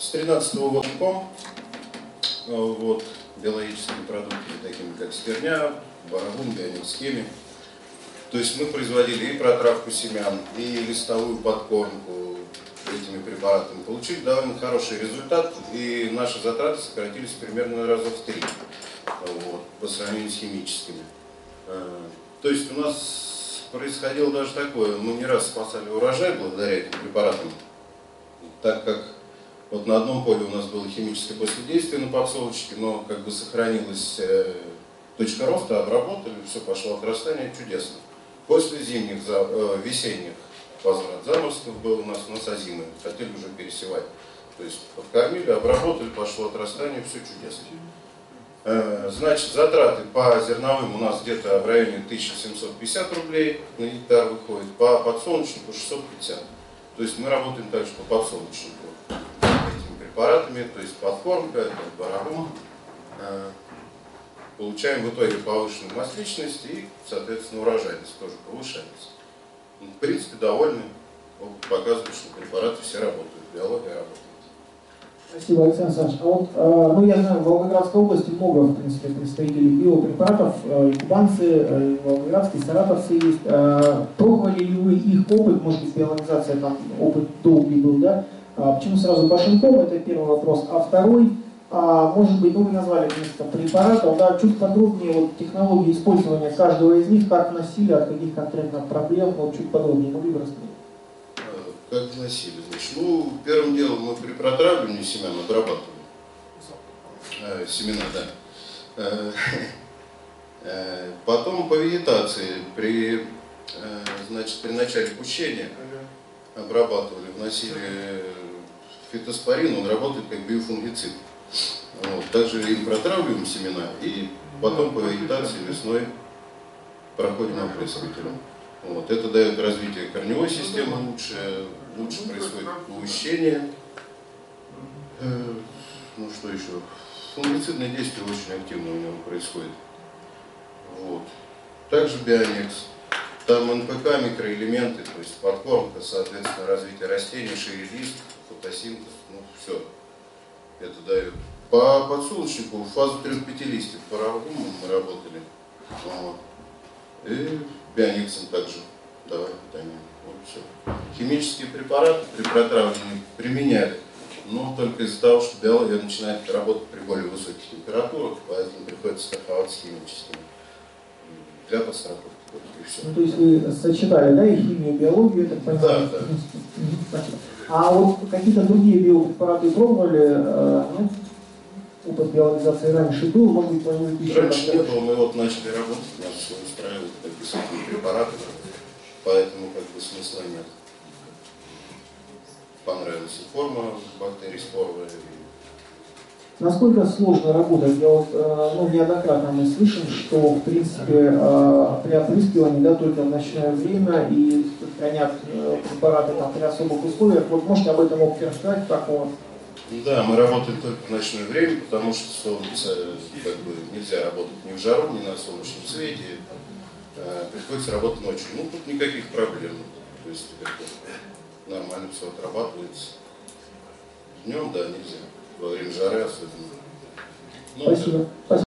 С 2013 года КОМ, вот, биологическими продуктами, такими как стерня, барагун, бионикс-хеми. То есть мы производили и протравку семян, и листовую подкормку этими препаратами. Получили довольно хороший результат, и наши затраты сократились примерно раза в 3 вот, по сравнению с химическими. То есть у нас происходило даже такое, мы не раз спасали урожай благодаря этим препаратам, так как вот на одном поле у нас было химическое последействие на подсолнечнике, но как бы сохранилась точка роста, обработали, все пошло отрастание, чудесно. После зимних, весенних возврат заморозков был у нас озимый, хотели уже пересевать. То есть подкормили, обработали, пошло отрастание, все чудесно. Значит, затраты по зерновым у нас где-то в районе 1750 рублей на гектар выходит, по подсолнечнику 650. То есть мы работаем также по подсолнечнику этими препаратами, то есть подкормка, барагун. Получаем в итоге повышенную масличность и, соответственно, урожайность тоже повышается. В принципе, довольны. Опыт показывает, что препараты все работают, биология работает. Спасибо, Александр Александрович. А вот, ну, я знаю, в Волгоградской области много, в принципе, представителей биопрепаратов, и кубанцы, и волгоградские, и саратовцы есть. Пробовали ли вы их опыт, может быть, биологизация, там, опыт долгий был, да? Почему сразу Башенком, это первый вопрос. А второй, может быть, ну, вы назвали несколько препаратов, да, чуть подробнее вот, технологии использования каждого из них, как вносили, от каких конкретно проблем, вот, чуть подробнее могли бы рассказать? Как вносили? Значит, ну, первым делом мы при протравливании семян обрабатывали. Семена, да. Потом по вегетации значит, при начале пущения обрабатывали, вносили фитоспорин, он работает как биофунгицид. Вот. Также им протравливаем семена и потом по вегетации весной проходим опрыскивателем. Вот. Это дает развитие корневой системы лучше происходит повышение. Ну что еще? Фунгицидное действие очень активно у него происходит. Вот. Также бионикс. Там НПК, микроэлементы, то есть подкормка, соответственно, развитие растений, шире лист, фотосинтез, ну все. Это дает. По подсолнечнику в фазу 3-5 листьев по рагуму мы работали. Вот. И биониксом также давай питание. Вот все. Химические препараты при протравливании применяли, но только из-за того, что биология начинает работать при более высоких температурах, поэтому приходится страховать с химическими для подстраховки. И все. Ну, то есть вы сочетали, да, и химию, и биологию, я так понимаю? Да, да. А вот какие-то другие биопрепараты пробовали? Ну, опыт биологизации раньше был, может быть, планируете еще? Раньше не было, мы вот начали работать, нас все устраивает, как бы, с этими препаратами, поэтому как бы смысла нет. Понравилась и форма бактерий споровая. Насколько сложно работать? Я вот, ну, неоднократно мы слышим, что, в принципе, при опрыскивании, да, только в ночное время и хранят препараты там, при особых условиях. Вот можете об этом опыте рассказать, как у вас? Да, мы работаем только в ночное время, потому что солнце, как бы, нельзя работать ни в жару, ни на солнечном свете. Приходится работать ночью. Ну, тут никаких проблем. То есть, как бы, нормально все отрабатывается. Днем, да, нельзя. Во время жары особенно. Ну, Спасибо. Да. Спасибо.